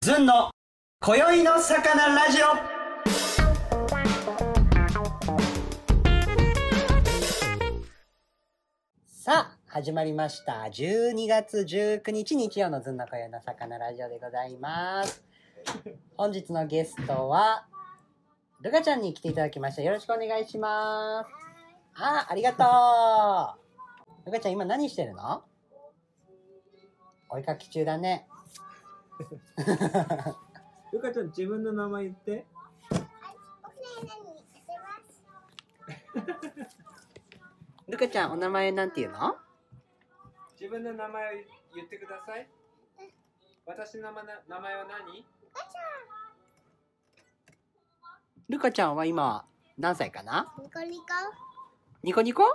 ずんの今宵の魚ラジオ。さあ始まりました。12月19日日曜のずんの今宵の魚ラジオでございます。本日のゲストはルカちゃんに来ていただきました。よろしくお願いします。ありがとう。ルカちゃん今何してるの？お絵かき中だね。 ルカちゃん自分の名前言って。 ルカちゃんお名前なんて言うの？ 自分の名前を言ってください。私の名前は何？ ルカちゃんは今何歳かな？ ニコニコ。 ニコニコ？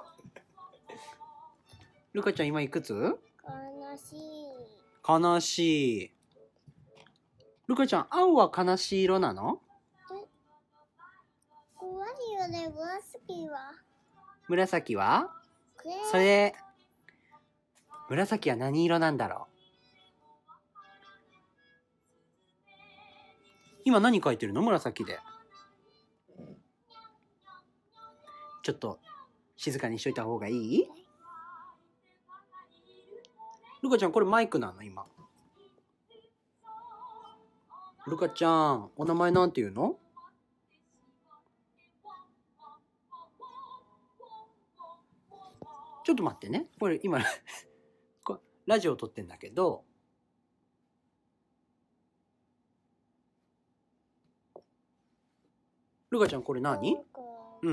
ルカちゃん今いくつ？ 悲しい。 悲しい。ルカちゃん、青は悲しい色なの？ 怖いよね、紫は。 紫は？それ、紫は何色なんだろう？今何描いてるの？紫で。ちょっと静かにしといた方がいい？ルカちゃんこれマイクなの今。ルカちゃんお名前なんて言うの？ちょっと待ってね。これ今ラジオ撮ってんだけど。ルカちゃんこれ何？うん。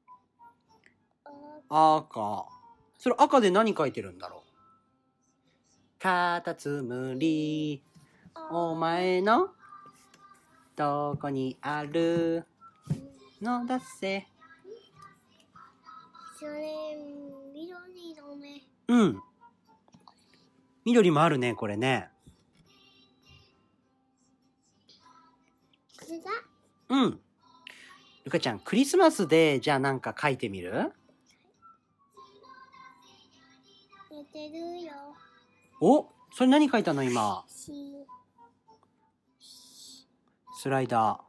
赤。それ赤で何書いてるんだろう？カタツムリお前のどこにあるのだせ。 それ、緑のね。 うん。緑もあるね、これね。 これだ。 うん。ルカちゃん、クリスマスで、じゃあなんか書いてみる？ 寝てるよ。 お、それ何書いたの今？スライダ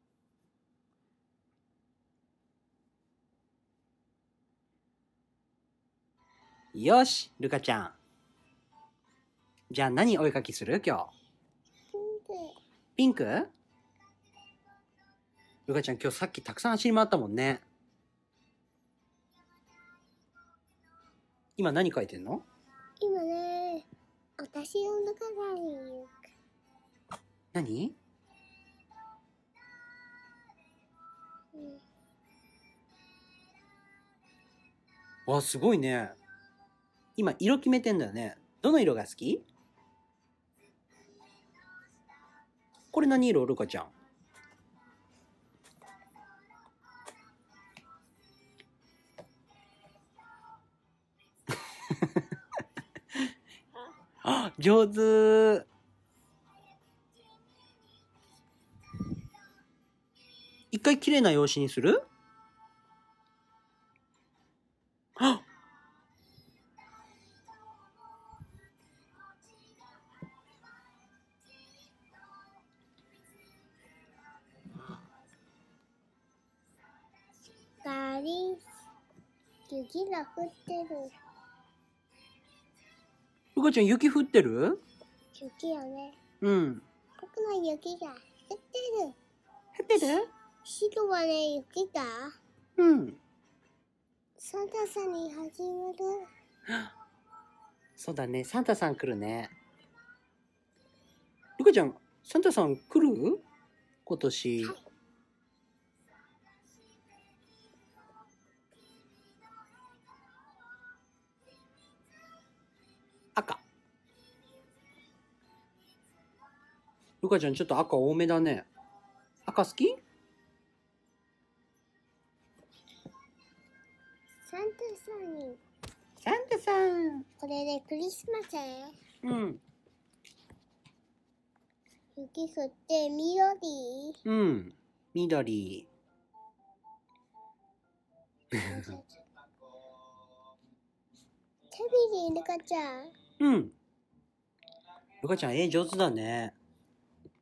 ー。よし、ルカちゃん。じゃあ何お絵かきする？今日。ピンク？ルカちゃん今日さっきたくさん走り回ったもんね。今何書いてんの？ 今ね、私の中に何？わ、すごいね。今色決めてんだよね。どの色が好き？これ何色？ルカちゃん。あ、上手。一回綺麗な用紙にする？あ、 雪が降ってる。 ルカちゃん雪降ってる？ 雪よね。 うん。 僕の雪が降ってる。 降ってる？ 白はね、雪だ。 うん。 サンタさんに始める。 そうだね、サンタさん来るね。ルカちゃん、サンタさん来る？今年。はい、赤。ルカちゃんちょっと赤多めだね。赤好き？ サンタさんに。 サンタさん。 これでクリスマス。 うん。 雪降って緑。 うん。緑。 テレビにルカちゃん。 うん。ルカちゃん、上手だね。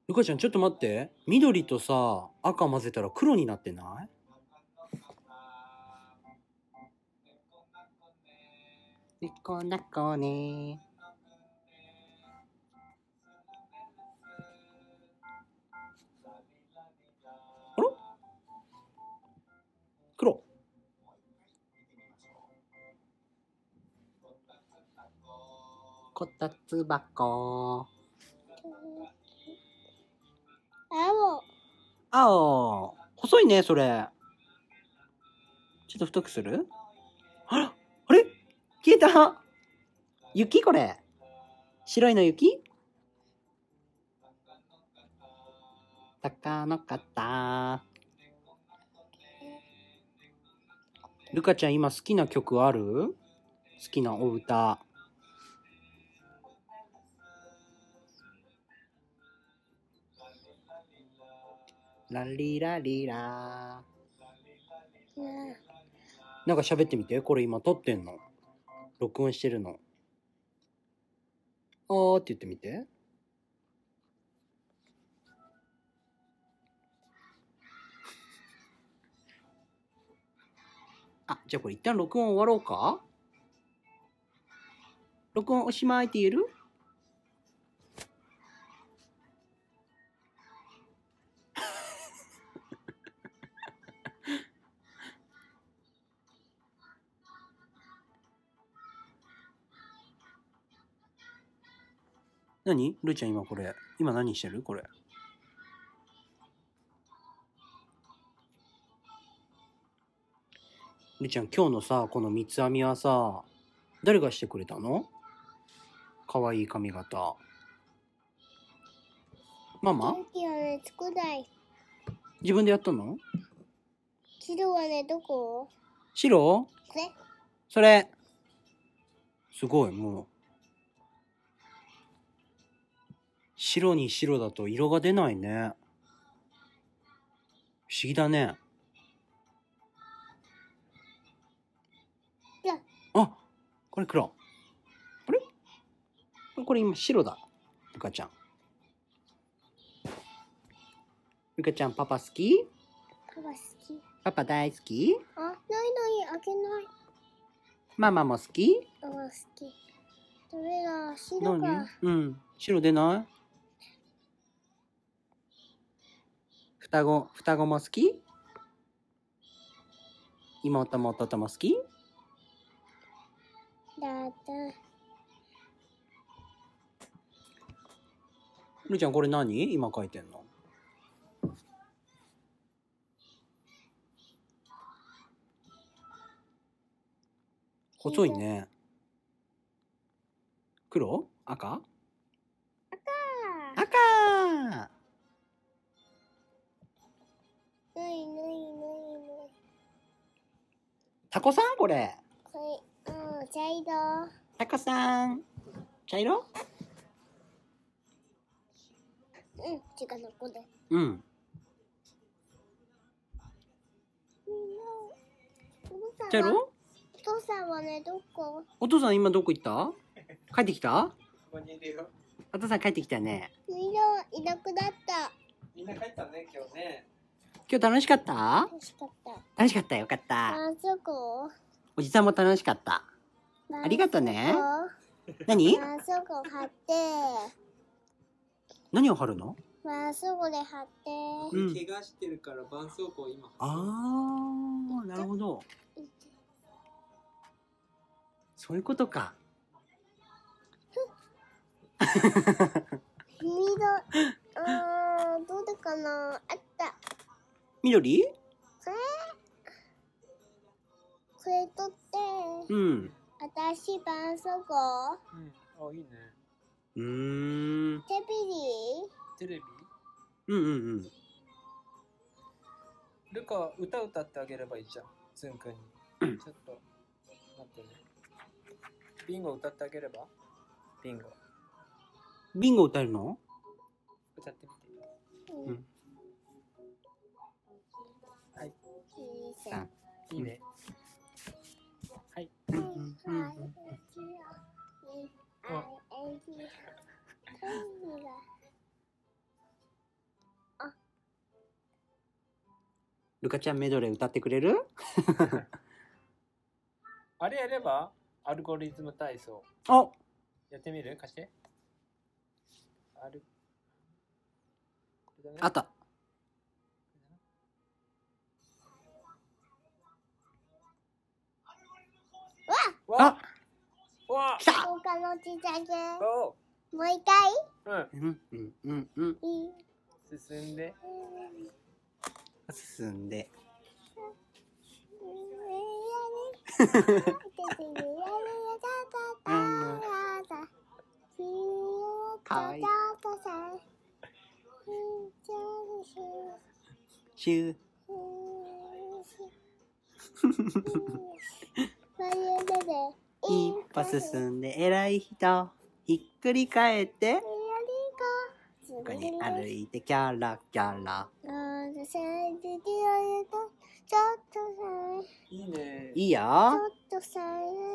ルカちゃんちょっと待って。緑とさ、赤混ぜたら黒になってない？猫なこね。あら？黒。こたつ箱。 青。 青。細いね、それ。ちょっと太くする？あら、あれ？消えた。雪これ。白いの雪？鷹の方。ルカちゃん今好きな曲ある？好きなお歌。ラリラリラ。なんか喋ってみて。これ今撮ってんの。録音してるの。あーって言ってみて。あ、じゃあこれ一旦録音終わろうか？録音おしまいって言える？何？ルーちゃん今これ。今何してる？これ。ルーちゃん今日のさ、この三つ編みはさ、誰がしてくれたの？かわいい髪型。ママ？ 元気はね、作らない。 自分でやったの？ 白はね、どこ？ 白？ これ？ それ。すごい、もう。白に白だと色が出ないね。不思議だね。 いや。 あ、これ黒。あれ？これ今白だ。ルカちゃん。ルカちゃんパパ好き？ パパ好き。 パパ大好き？ あ、ないない、開けない。 ママも好き？ パパ好き。ダメだ、白が。 うん、白出ない？双子も好き？妹も弟も好き？ だった。 ルーちゃんこれ何？今書いてんの？細いね。黒？赤？赤！ ないないないない。 タコさんこれ。 これ、茶色。 タコさん。茶色？ うん、違うの、これ。 うん。茶色？ お父さんはね、どこ？ お父さん今どこ行った？帰ってきた？ ここにいるよ。 お父さん帰ってきたね。 みんな、いなくなった。 みんな帰ったね、今日ね。 今日楽しかった？ 楽しかった。 楽しかった。よかった。 あそこ。 おじさんも楽しかった。ありがとね。何？ あそこ貼って。 何を貼るの？ あそこで貼って。 うん怪我してるから絆創膏を今。 あー、なるほど。そういうことか。 どうだかな、あった。 緑？ これ取って。 うん。 私、絆創膏。 うん、あ、いいね。 うーん。 テレビ？ うんうんうん。 ルカ、歌歌ってあげればいいじゃん、ズン君に。ちょっと、待ってね。ビンゴ歌ってあげれば？ビンゴ。 ビンゴ歌えるの？ 歌ってみて。 うん。 はい。 あ、 いいね。はい。 ルカちゃんメドレー歌ってくれる？ あれやればアルゴリズム体操。 お、 やってみる？貸して。これだねあった。あ、 わ来た。 他のちっちゃいけ。 おもう一回うんいい。 進んで進んで。かわいい。シュー。一歩進んで偉い人。ひっくり返って。ここに歩いてキャラキャラ。 いいね。 いいよ。 ちょっとさ、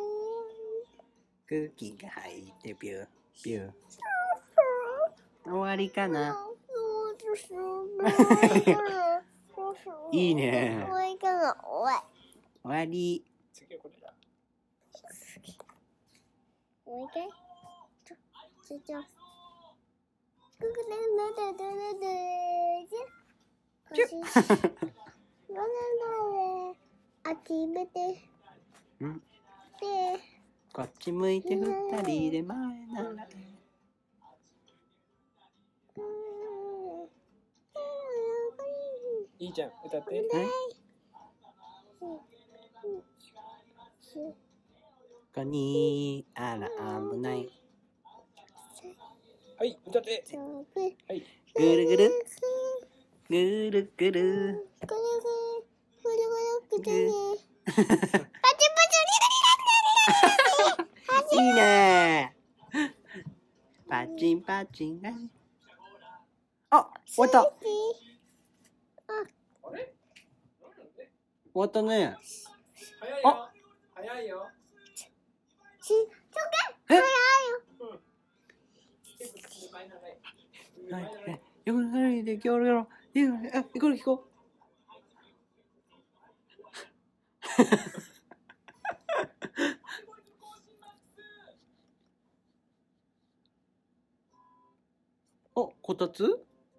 空気が入ってビュービュー。終わりかな。いいね。 もう一回の終終わり。 次はこれだ。 もう一回ちょ。あっち向いて。 うん。 で、 こっち向いて二人で前なら。 いいじゃん、歌って。 ここにあら危ない。 はい、歌って。はい。 ぐるぐるぐるぐる。いいね。パチンパチン。あ、終わった。終あれ？ わったね。 早いよ。早いよ。 え？ はい。 よくないで、行こう。行こう、行こう。お、こたつ？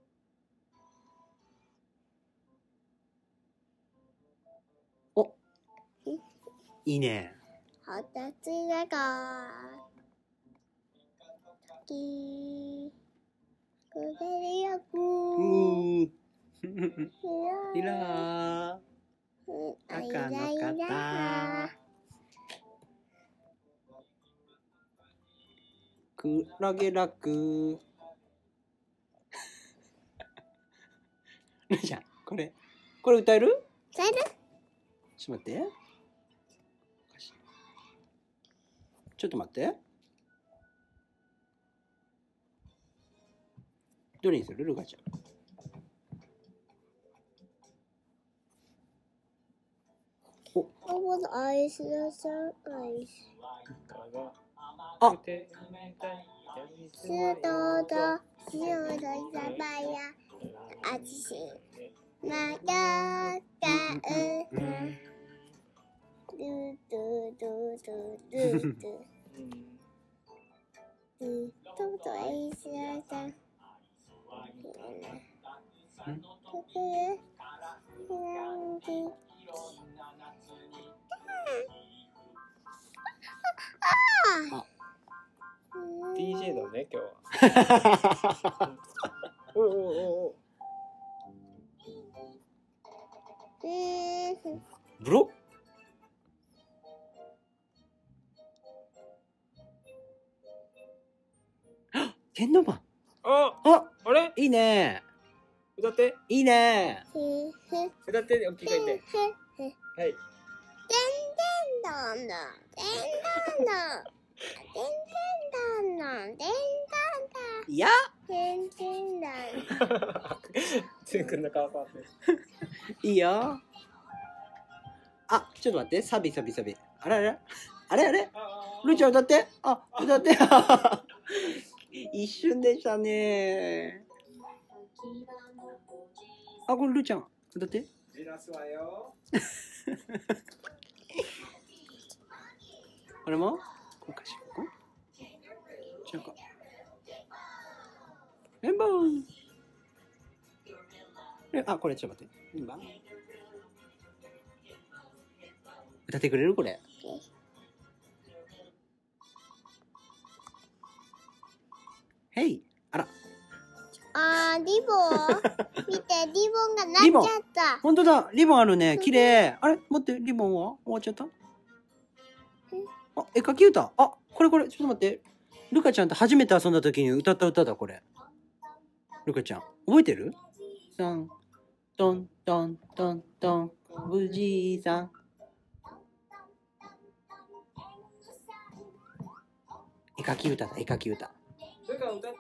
お、いいね。 こたつがくれるよいらー。赤の方。クラゲラク。ルちゃん、これ歌える？ 歌える？ ちょっと待って。ちょっと待って。どれにする？ルカちゃん。 お、アイス屋さん、アイス。 あ、 スートと塩のサバや、あちし、まやかう。ドゥドゥドゥドゥドゥドゥ。とアイス屋さん。 DJ だね、今日は。お。 ブロ？天皇番。あ、 あれ？ いいね。 歌って。 いいね。 歌って、大きい声で。はい。 いや。 つんくんの顔変わってる。 いいよ。あ、ちょっと待って。サビ。あれルーちゃん歌って。あ、歌って。一瞬でしたね。あ、これルーちゃん歌って。 じらすわよ。 これもこうかしら、ここ違うか。レンボー。あ、これちょっと待って。今歌ってくれるこれ。ヘイ。あら。 あー、リボン見て、リボンがなっちゃった。 ほんとだ。リボンあるね。綺麗。あれ待って、リボンは終わっちゃった？あ、絵描き歌。あ、これ。ちょっと待って。ルカちゃんと初めて遊んだ時に歌った歌だ、これ。ルカちゃん。覚えてる？トン、トン、トン、トン、トン、おじいさん。絵描き歌だ、絵描き歌。 ルカ歌って。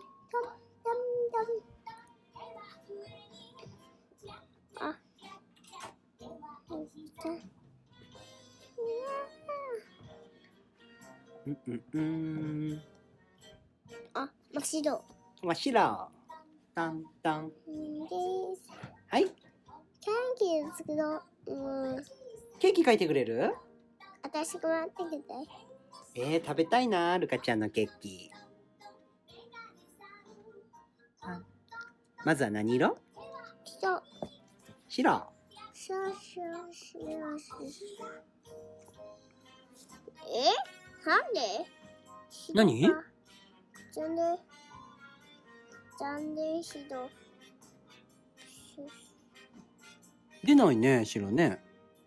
あ、あ、真っ白。 真っ白。タンタン。はい。 ケーキ作ろう。 ケーキ描いてくれる？ 私が待ってて。 食べたいな、ルカちゃんのケーキ。まずは何色？ 白。 白。 なんで？ 何？ 残念白。 出ないね、白ね。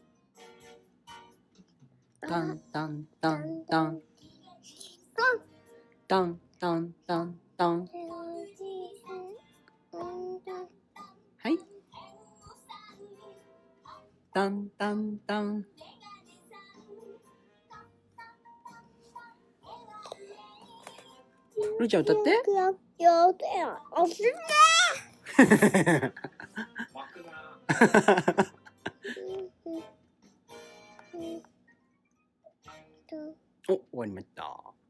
タンタンタンタン。タンタンタンタン。はい。タンタンタン。ルーちゃん歌って。お、終わりました。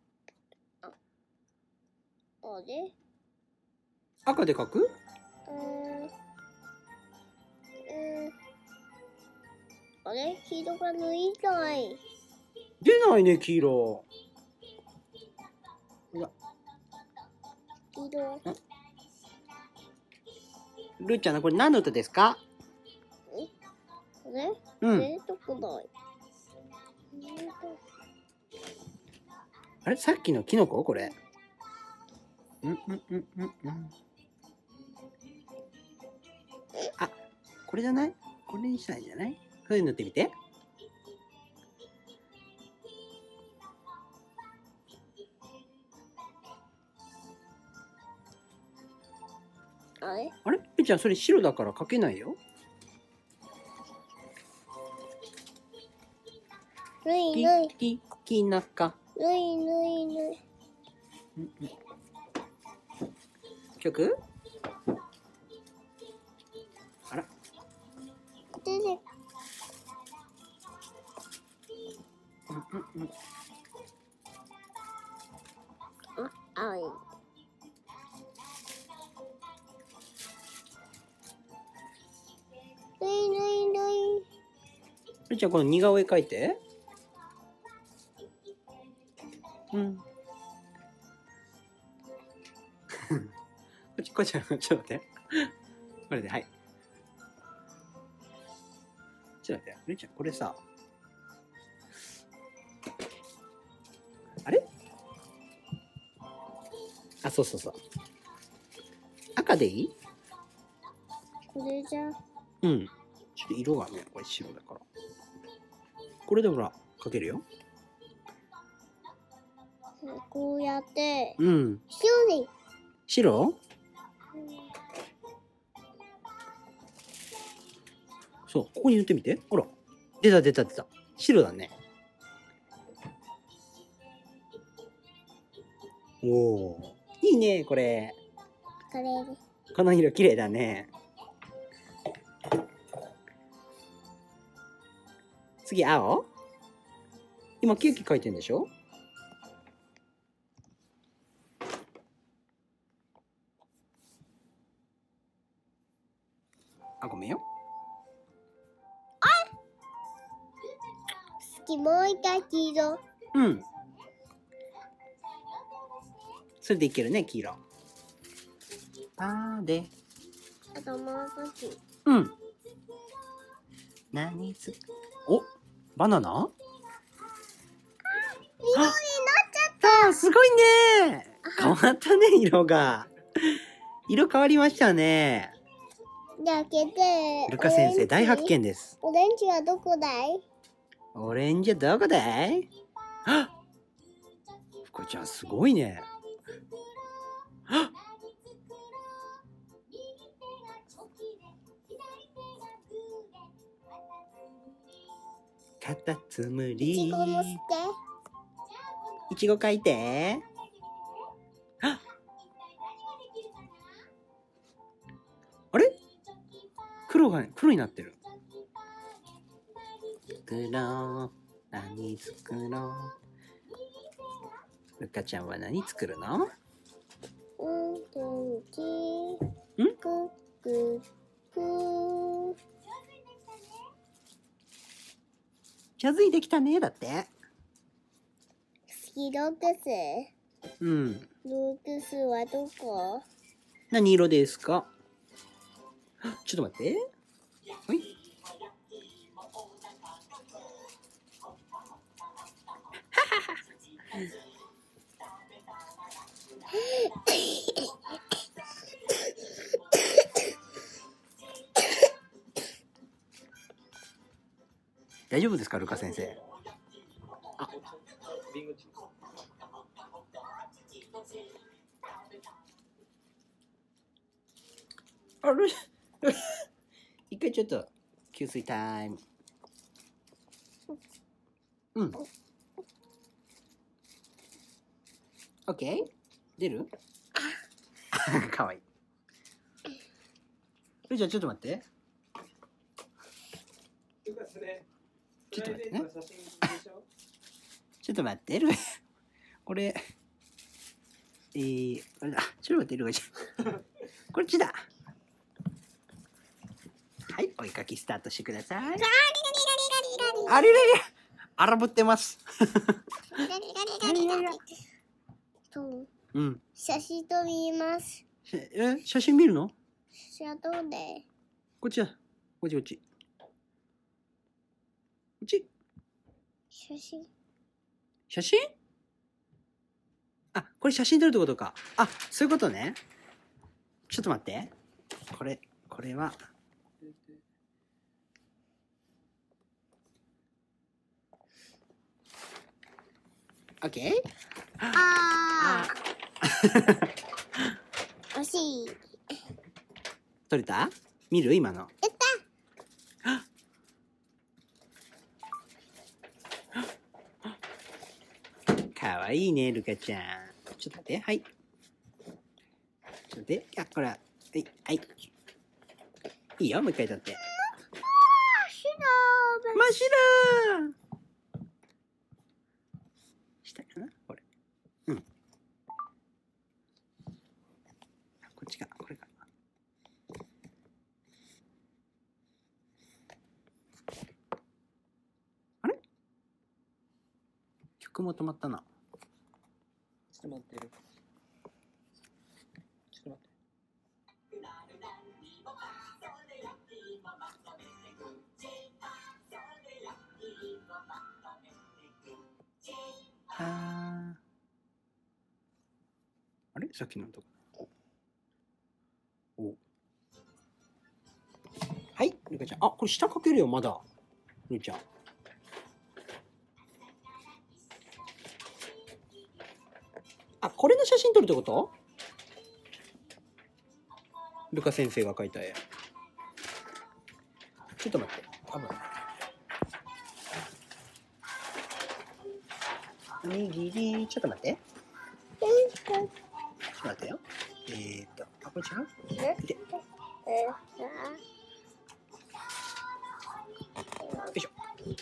あれ？ 赤で描く？ あれ？黄色が抜いない。 出ないね、黄色。 黄色。 ルーちゃん、これ何の歌ですか？ これ？ うん。 出てこない。 あれ、さっきのキノコ？これ。あ、これじゃない？これにしたらいいんじゃない？そういうの塗ってみて。あれ？ルーちゃん、それ白だから描けないよ。きなか。曲？あら。 青い。 ルーちゃん、この似顔絵描いて。こっち、ちょっと待って。これで、はい。ちょっと待って、ルーちゃん、これさ。あれ？あ、そう。赤でいい？ これじゃ。 うん。ちょっと色がね、これ白だから。これでほら、描けるよ。 こうやって。 うん。白？そう、ここに塗ってみて。ほら。出た。白だね。おお。いいね、これ。この色綺麗だね。次、青？今、ケーキ描いてんでしょ？あ、ごめんよ。 次もう一回黄色。 うん。それでいけるね、黄色。で。 あともう少し。 うん。何つ、お、バナナ？ 緑になっちゃった。 すごいね。変わったね、色が。色変わりましたね。 開けて。 ルカ先生、大発見です。 オレンジはどこだい？ オレンジはどこだい？あっ、ふこちゃんすごいね。あっ、カタツムリ。 いちごもして。 いちご描いて。あっ、あれ？黒になってる。作ろう。何作ろう。ルカちゃんは何作るの？上手にできたね、だって。 ロックス。 うん。 ロックスはどこ？ 何色ですか？ちょっと待って。はい。大丈夫ですか、ルカ先生。あ、 リンゴチップ。 あれ一回ちょっと給水タイム。うん。オッケー？出る？かわいい。じゃあちょっと待って。ちょっと待ってね。ちょっと待ってる。これ、あれだ。ちょっと待ってる。こっちだ。はい、お絵かきスタートしてください。あれれれ、荒ぶってます。うん。 写真撮ります。 写真見るの？ 写真どうで？ こっちだ。こっちこっち。こっち。写真？あ、これ写真撮るってことか。あ、そういうことね。ちょっと待って。これは。オッケー？ 惜しい。 撮れた？見る？今の。 やった。 かわいいね、ルカちゃん。ちょっと待って、はい。ちょっと待って、あ、これは、はい、はい。いいよ、もう一回撮って。真っ白。下かな、これ。うん。こっちか、これか。あれ？曲も止まったな。 ちょっと待ってる。ちょっと待って。 あれ？さっきのとこ。お。はい、ルカちゃん。あ、これ下かけるよ、まだ。ルカちゃん。あ、これの写真撮るってこと？ルカ先生が描いた絵。ちょっと待って。多分。右、ちょっと待って。ちょっと待ってよ。あ、これ違う？よいしょ。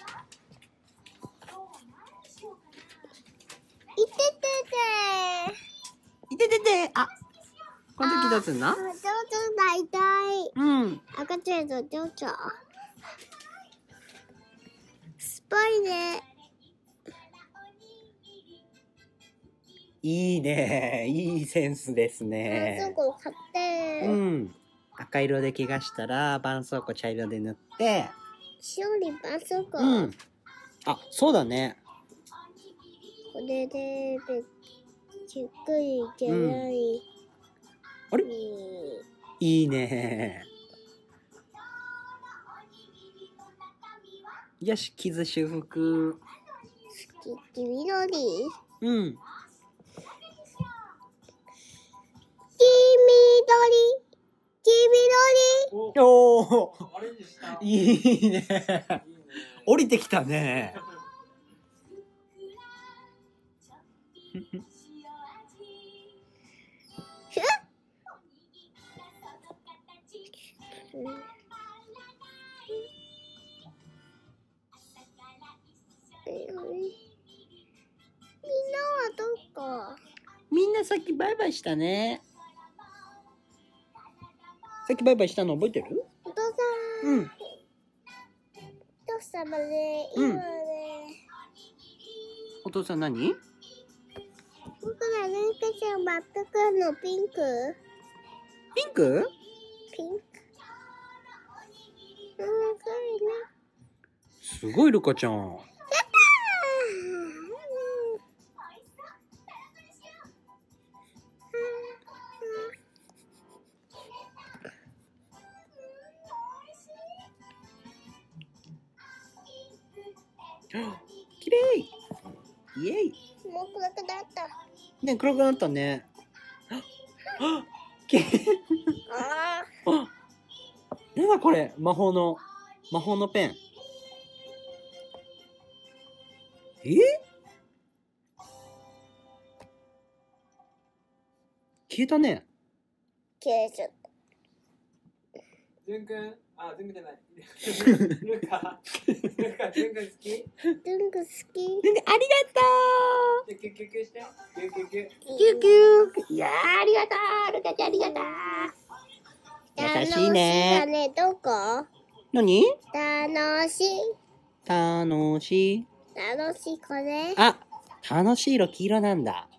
いててて。あ、この時どうすんの？ ちょうちょだいたい。 うん。 赤ちゃんとちょうちょ。スパイね。 いいね。いいセンスです絆ね。 創膏買って、 うん。赤色で怪我したら、絆創膏茶色で塗って。 塩に絆創膏、 うん。あ、そうだね。 これでゆっくりいけない、 あれうん、 いいね。よし、傷修復。 黄緑うん。 黄緑おー、 アレンジした。 いいね。 いいね。 降りてきたね。 みんなはどこ？ みんなさっきバイバイしたね。さっきバイバイしたの覚えてる？ お父さん、 うん。 お父様ね、 うん今ね、 お父さん何？ 僕らルーカちゃん全くのピンクピンク？ ピンクそうね。 すごいルカちゃん。きれい。イエイ。 もう暗くなった。 ね、黒くなったね。あきああ、なんだこれ、魔法のペン。消えたね。 消えちゃった。 ジュン君、あ、ジュン君じゃない。ルカ、ジュン君好き？ ルンク好き。 なんでありがとキュキュキュキュして。キュキュキュ。 う。キューキュー。いやー、ありがとう。ルカちゃんありがとう。優しいね。 楽しいわね、どこ？ 何？ 楽しい。 楽しい。 楽しい、これ。 あ、楽しい色黄色なんだ。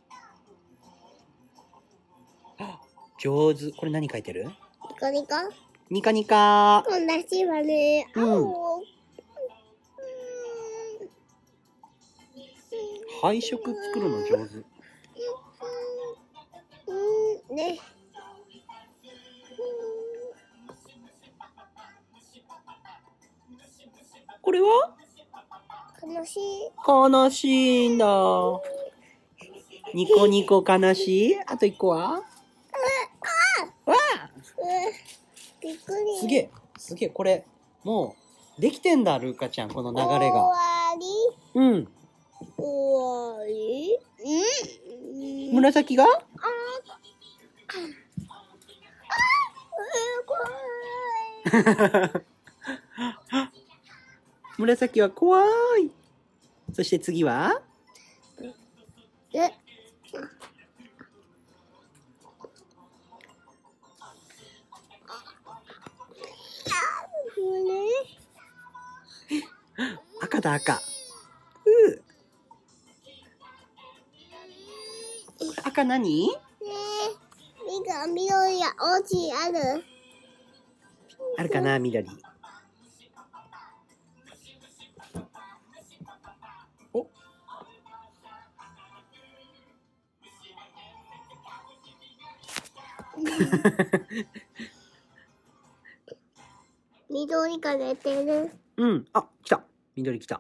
あ、上手。これ何書いてる？ ニコニコ。 ニカニカ。 こんなしいわね。 うん青。 配色作るの上手。 ね。 これは？ 悲しい。 悲しいんだ。ニコニコ悲しい。あと一個は？わあ、 びっくり。 すげえ、すげえ、これ、もう、できてんだ、ルーカちゃん、この流れが。 終わり。 うん。 終わり。 紫が？ 怖い。 紫は怖い。そして次は？ え。 赤だ、赤。赤何？ ねえ、緑やオチある？ あるかな、緑。お。 緑が出てる。 うん。あ、来た。緑来た。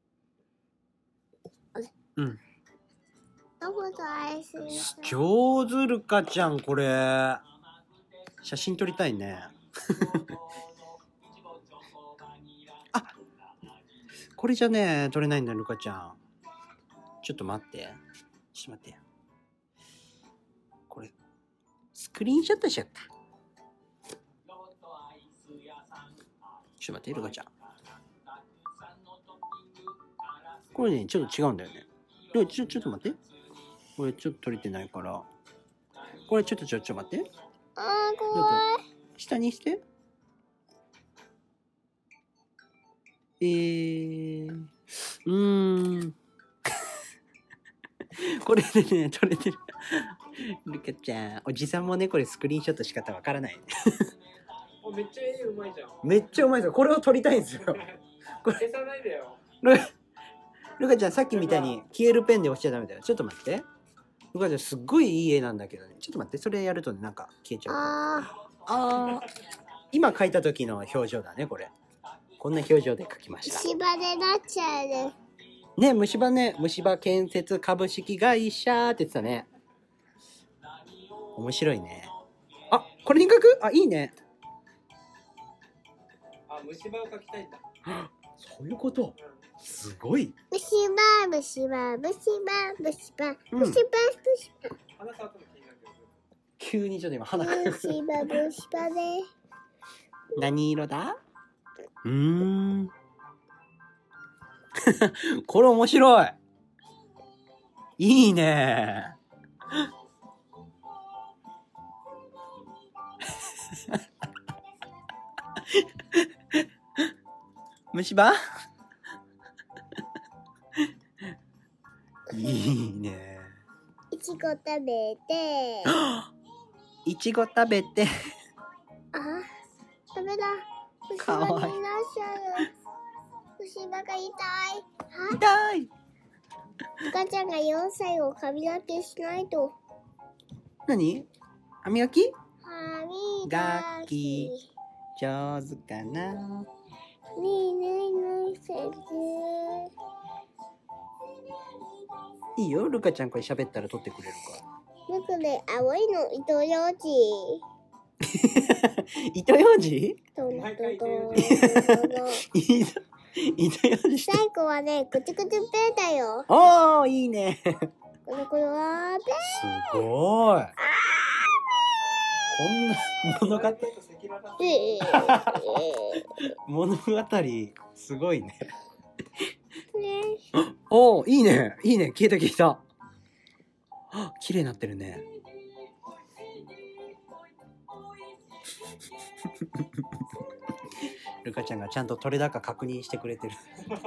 うん。 どことアイスにした？ 上手、ルカちゃん、これ。写真撮りたいね。あ、これじゃね、撮れないんだよ、ルカちゃん。ちょっと待って。ちょっと待って。これ、スクリーンショットしちゃった。ちょっと待って、ルカちゃん。これね、ちょっと違うんだよね。ちょっと待って。これちょっと撮れてないから。これちょっと待って。 あー、怖い。 下にして。 これでね、撮れてる。ルカちゃん、おじさんもね、これスクリーンショット仕方わからない。 めっちゃ絵うまいじゃん。 めっちゃうまいですよ。これを撮りたいんですよ。これ消さないでよ。 ルカちゃん、さっきみたいに消えるペンで押しちゃダメだよ。ちょっと待って。ルカちゃん、すっごいいい絵なんだけどね。ちょっと待って、それやるとね、なんか消えちゃう。今描いた時の表情だね、これ。こんな表情で描きました。 虫歯でなっちゃうね。 ね、虫歯建設株式会社って言ってたね。面白いね。あ、これに書く？あ、いいね。 あ、虫歯を描きたいんだ。 そういうこと。すごい。 虫歯、虫歯、虫歯、虫歯、虫歯、虫歯。 鼻触ったの気になるけど。 急にちょっと今鼻が。 虫歯、虫歯で。 何色だ？これ面白い。いいね。虫歯？いいね。 いちご食べて。 いちご食べて。 あ、ダメだ。虫かわいい歯になっちゃう。虫歯が痛い。 痛い。 赤ちゃんが4歳を歯磨きしないと。 何？歯磨き？ 歯磨き。 上手かな？ ねえねえねえ先生。 いいよ、ルカちゃんこれ喋ったら撮ってくれるから。 僕ね、青いの糸ようじ。 糸ようじ？ 毎回糸よう糸ようじ。 最後はね、くちくちペーだよ。 おー、いいね。 これはペすごい。こんな物語、物語、すごいね。 ね。 おー、いいね。いいね。消えた消えた。あ、綺麗になってるね。ルカちゃんがちゃんと取れ高確認してくれてる。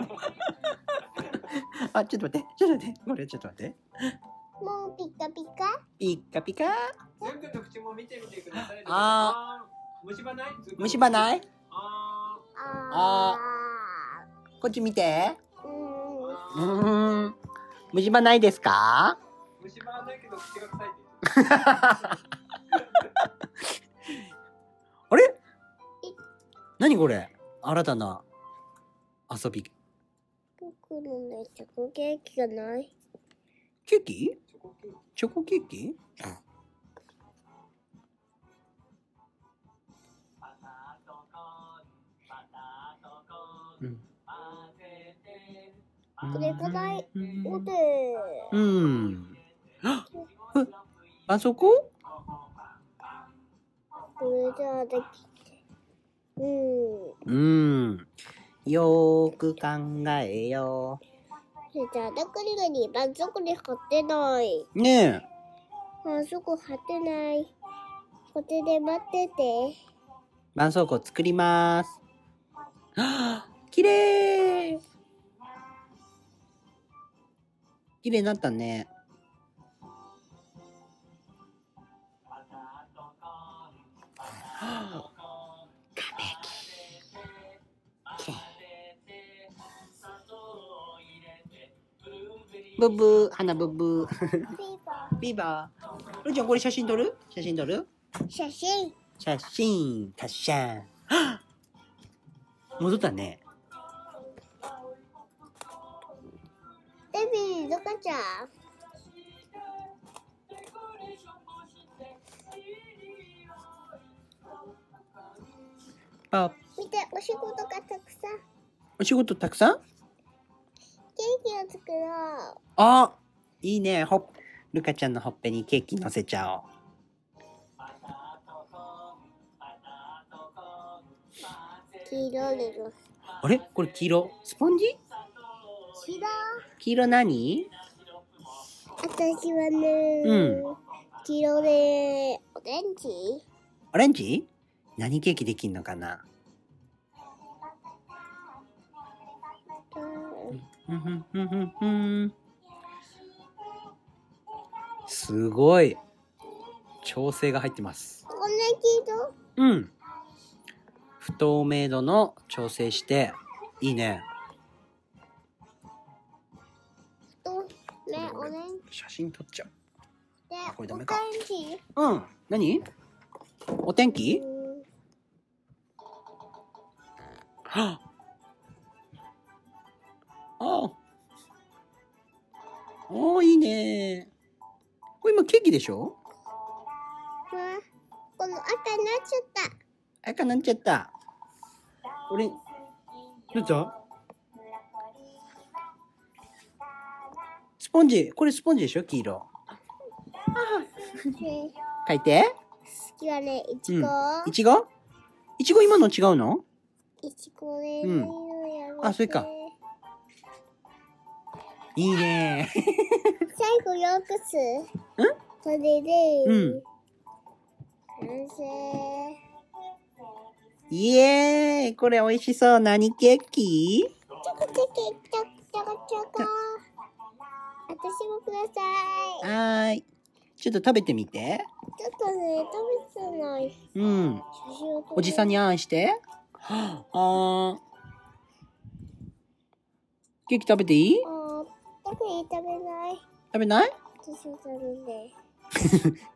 あ、ちょっと待って、ちょっと待って、これちょっと待って。 もうピカピカ。 ピッカピカ。 ズン君の口も見てみてください。虫歯ない？ 虫歯ない？ あこっち見て。 ー。 虫歯ないですか？ 虫歯はないけど口が臭いって言ってあれ？何これ？新たな遊び。 僕のね、チョコケーキがない。 ケーキ？チョコケーキ？ これがない。おで。 あそこ？ これじゃあできて。 よーく考えよじゃあだからに満足に貼ってない。 う。ねえ。 満足貼ってない。こっちで待ってて。 絆創膏作ります。はぁ、きれい。きれいになったね。ブブー、花ブブー。ビーバー。ルーちゃんこれ写真撮る？写真撮る？ 写真。 写真、たっしゃん。戻ったね。 ベビー、どこちゃん？ あ、 見て、お仕事がたくさん。 お仕事たくさん？ ケーキを作ろう。 あ、いいね。ルカちゃんのほっぺにケーキ乗せちゃおう。 黄色での。 あれ？これ黄色？スポンジ？黄色何？ 私はね、黄色でオレンジ？ オレンジ？何ケーキできんのかな？ すごい調整が入ってます。 こんな黄うん。不透明度の調整して、いいね。 色とね、オレンジ写真撮っちゃう。 で、 これダメかオレンジ。 うん。何？お天気？はあ。おー、いいね。これ今ケーキでしょ？ この赤になっちゃった。 赤なっちゃった。俺、どうしたスポンジ。これスポンジでしょ？黄色。書いて。 好きはね、いちご。 いちご？いちご今の違うの？ いちごね。 うん。あ、それか。いいね。 最後よくす。これで。完成。 イエーイ。これ美味しそう。何ケーキ？ チョコチョコチョコチョコ。私もください。 はーい。ちょっと食べてみて。 ちょっとね、食べてない。 うん。おじさんにあんして。ケーキ食べていい？ 食べない。 食べない？ 私も食べない。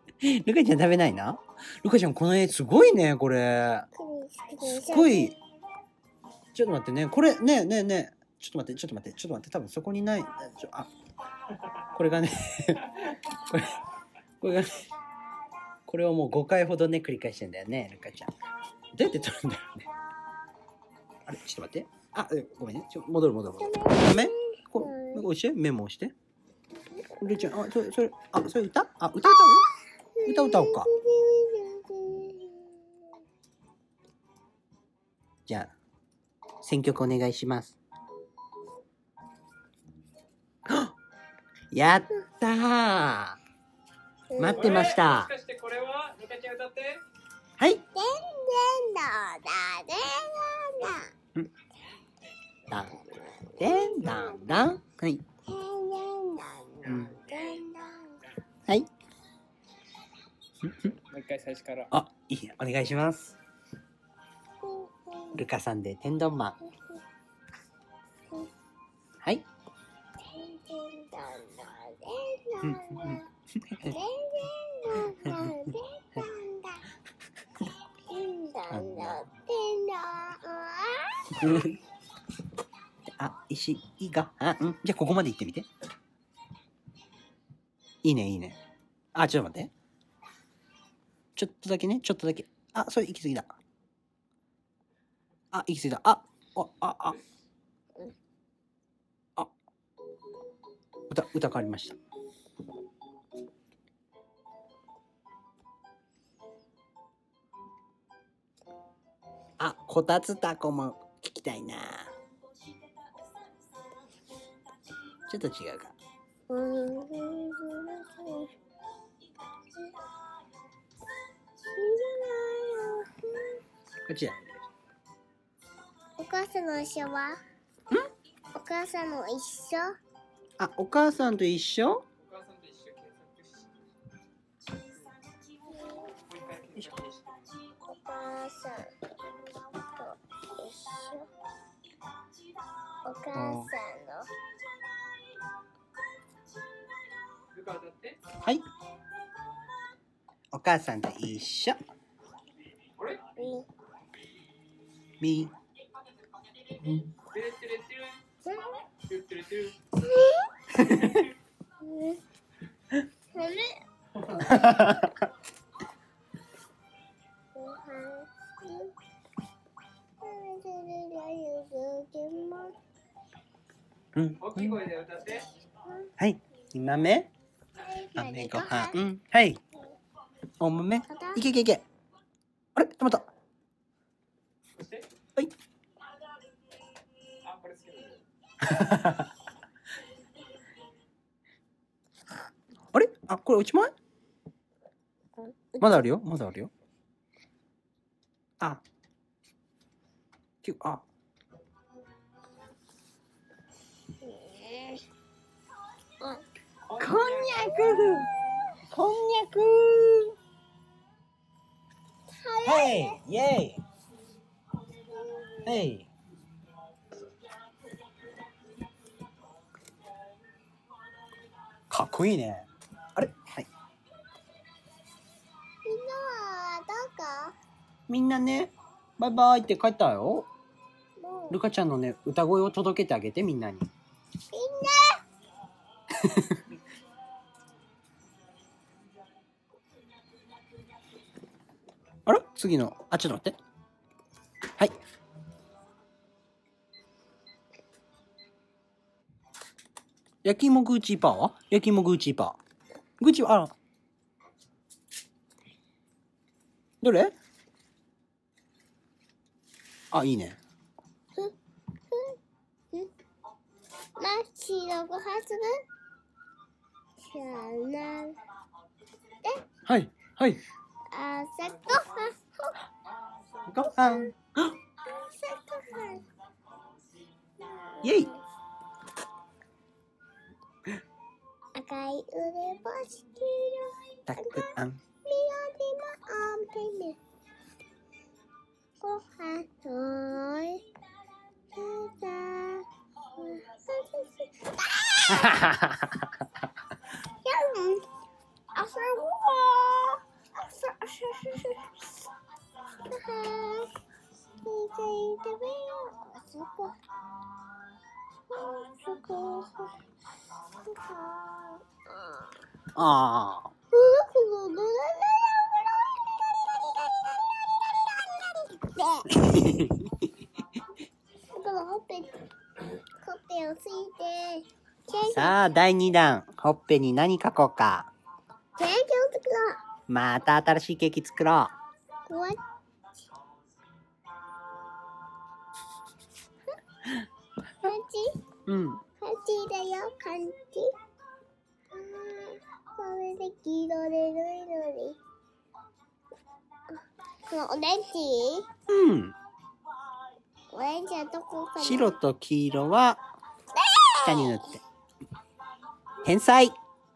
ルカちゃん食べないな。ルカちゃんこの絵すごいね、これ。すごい。ちょっと待ってね。これ、ねえ。ちょっと待って。多分そこにない。これがね、これがね、これをもう5回ほどね、繰り返してんだよね、ルカちゃん。どうやって撮るんだろうね。あれ、ちょっと待って。ごめんね。戻る。ダメ？押して、メモ押して。ルカちゃん、それ歌？歌おうか。じゃあ、選曲お願いします。やったー！待ってました。 もしかしてこれはルカちゃん歌って。 はい。だん。はい。はい。 もう一回最初から。 いい。お願いします。ルカさんで天丼マン。はい。石井が、じゃあここまで行ってみて。いいね。ちょっと待って。ちょっとだけね、それ行き過ぎだ。行き過ぎだ。歌変わりました。こたつたこも聞きたいな。ちょっと違うか。こっちだ。 お母さんの一緒は？お母さんの一緒？ お母さんと一緒？ お母さんと一緒。お母さんの。 はい。お母さんと一緒。み。 大きい声で歌って。 はい。豆ご飯。はい。お豆。いけ。あれ止まった。はい。 これ好きあれこれおしまい？まだあるよ。こんにゃく。 こんにゃく。はい、イェイ。はい。かっこいいね。あれ、はい。 みんなはどこ？ みんなね、バイバイって帰ったよ。 もうルカちゃんのね、歌声を届けてあげて、みんなに。 みんなあら次の、あ、ちょっと待って。はい。焼き芋グーチーパーは焼き芋グーチーパー。グーチーパー、あら。どれ？あ、いいね。 マッシーのごはつぶしゃなはい、はい。 朝ごはん。 ごはんイェイ。 赤い梅干し黄色いたくあん。 緑のあんぺんねごはんといた朝ごはん朝ああ。 ほっぺをついてさあ、第2弾。ほっぺに何書こうか。 ケーキを作ろう。 また新しいケーキ作ろう。 こわ漢字うん。 漢字だよ、漢字。これで黄色でぬいのに。このオレンジうん。 オレンジはどこかな？ 白と黄色は下に塗って。天才。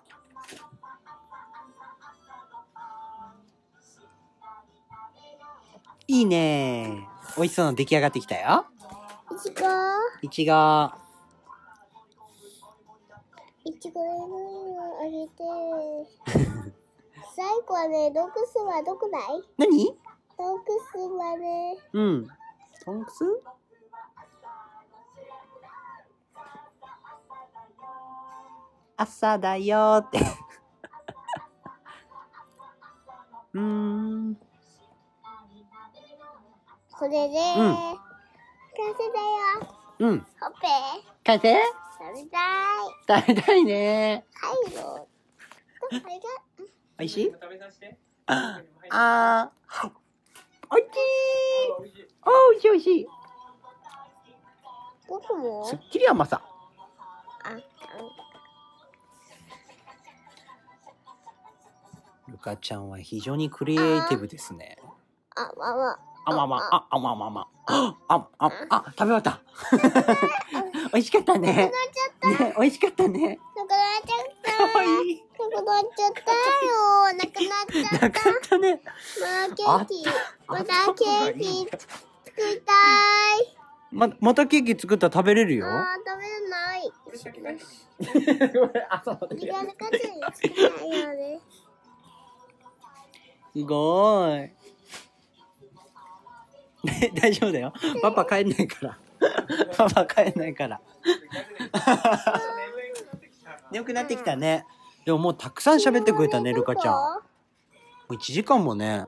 いいね。美味しそうなの出来上がってきたよ。 いちごいちご。 いちごでぬいのあげて。最後はね、ドッグスはどこだい？ 何？ ドッグスはね、 うん。トンクス？朝だよーって。 これで、完成だよ。 うん。 ほっぺ、 完成？ 食べたい。 食べたいね。 はいよ。あれが、 おいしい？ 食べさせて。 あー。おいしい。 おいしい。 おいしいおいしい。 僕もすっきり甘さ。ルカちゃんは非常にクリエイティブですね。食べ終わった。美味しかったね。ね、美味しかったね。 なくなっちゃった。 かわいい。 なくなっちゃったよ。なくなっちゃった。 なかったね。 またケーキ作りたい。 またケーキ作ったら食べれるよ。 食べれない。 そう時間の数に作らないよね。 すごーい。大丈夫だよ。パパ帰んないから。パパ帰んないから。眠くなってきたね。でももうたくさん喋ってくれたね、ルカちゃん。もう1時間もね。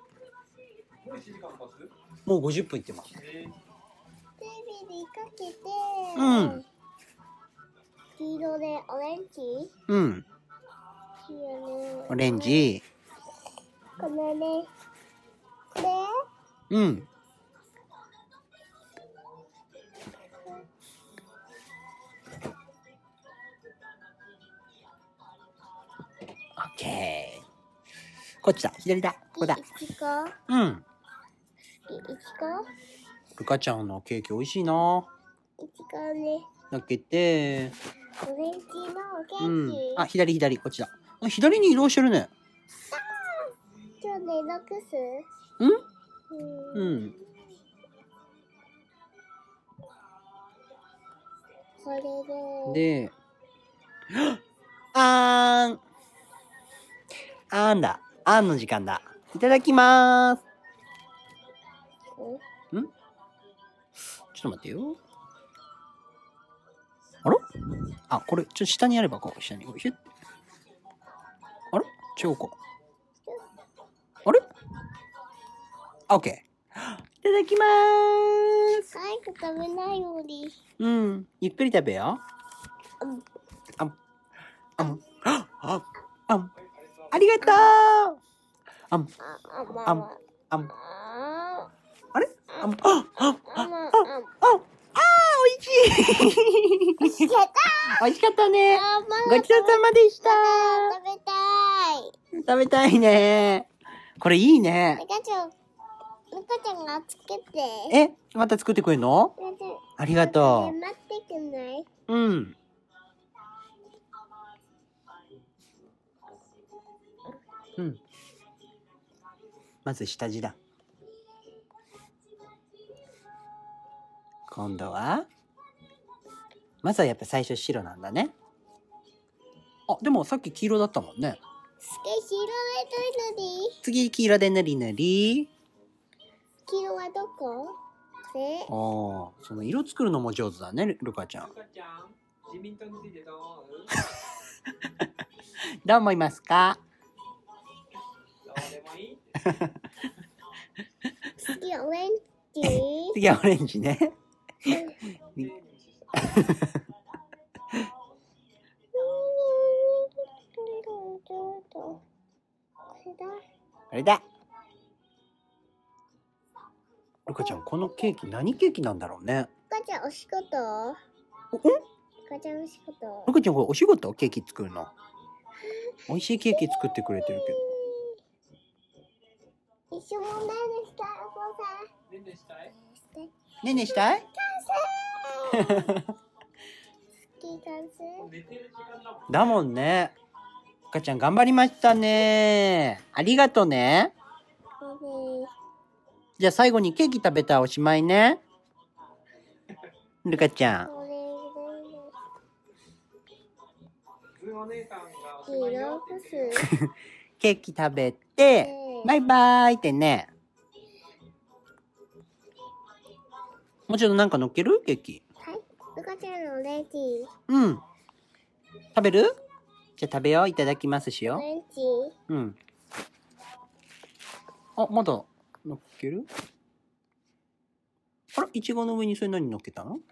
もう50分いってます。 テレビにかけて、 うん。 黄色でオレンジ。 うん。オレンジ。 これね。これうん。オッケー。こっちだ。左だ。ここだ。 いちごうん。 いちごルカちゃんのケーキ美味しいな。 いちごね。 開けて。 オレンジのケうんーキ。。 あ、左。こっちだ。 左に移動してるね。 今日寝ろくす。 うん。 これで、あんだ。あんの時間だ。いただきまーす。ちょっと待ってよ。あら？あ、これ、ちょっと下にやればこう、下に。ヒュッ。あれ？違うか。あれ？オッケー。いただきまーす。 早く食べないより。 うん。ゆっくり食べよう。ありがとう。あれ？おいしい。 美味しかった。 美味しかったね。ごちそうさまでした。 食べたい。 食べたいね。これいいね。 ルカちゃんがつけて。 また作ってくれるの？ありがと待ってくんない？ うん。うん。まず下地だ。今度はまずはやっぱ最初白なんだね。あ、でもさっき黄色だったもんね。次黄色で塗り塗り。 黄色はどこ？これ？その色作るのも上手だね、ルカちゃん。どう思いますか？ 次はオレンジ。 次はオレンジね。あれだ。ルカちゃん、このケーキ何ケーキなんだろうね。 ルカちゃんお仕事？ルカちゃんお仕事？ ルカちゃんこれお仕事？ケーキ作るの。美味しいケーキ作ってくれてるけど。 一緒もねねしたいお父さん。 ねねしたい？ ねねしたい？だもんね。ルカちゃん頑張りましたね。ありがとね。じゃあ最後にケーキ食べたらおしまいね。ルカちゃん。ケーキ食べて、バイバーイってね。もうちょっとなんか乗っける？ケーキ。 はい。ルカちゃんのオレンジ。 うん。食べる？じゃあ食べよう。いただきますしよう。オレンジ。 うん。あ、まだ乗っける？あら、いちごの上にそれ何乗っけたの？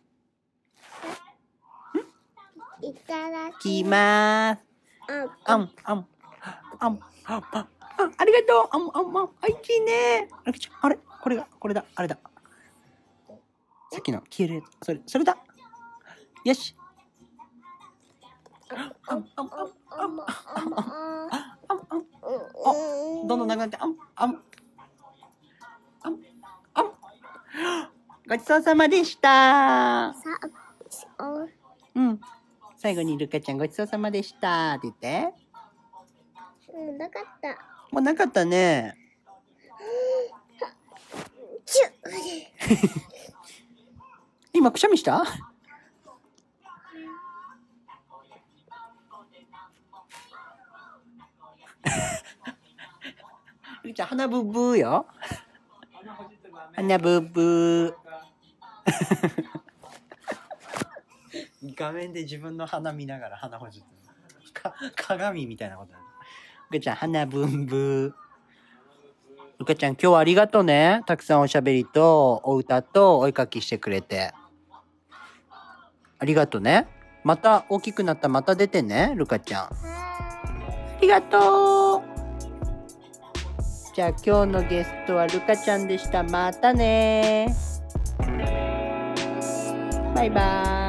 いただきまーす。ありがとう。おいしいね。あれ？これだ。あれだ。さっきの消えるやつ。それだ。よし。どんどん長くて、ごちそうさまでした。うん。最後にルカちゃんごちそうさまでしたって言って。 なかった。 もうなかったね。今くしゃみした？ルカちゃん鼻ブーブーよ。鼻ブーブー。画面で自分の鼻見ながら鼻ほじってる。鏡みたいなことだね。ルカちゃん鼻ブンブー。ルカちゃん今日はありがとうね。たくさんおしゃべりとお歌とお絵かきしてくれて。ありがとうね。また大きくなったらまた出てね、ルカちゃん。ありがとう。じゃあ今日のゲストはルカちゃんでした。またね。バイバーイ。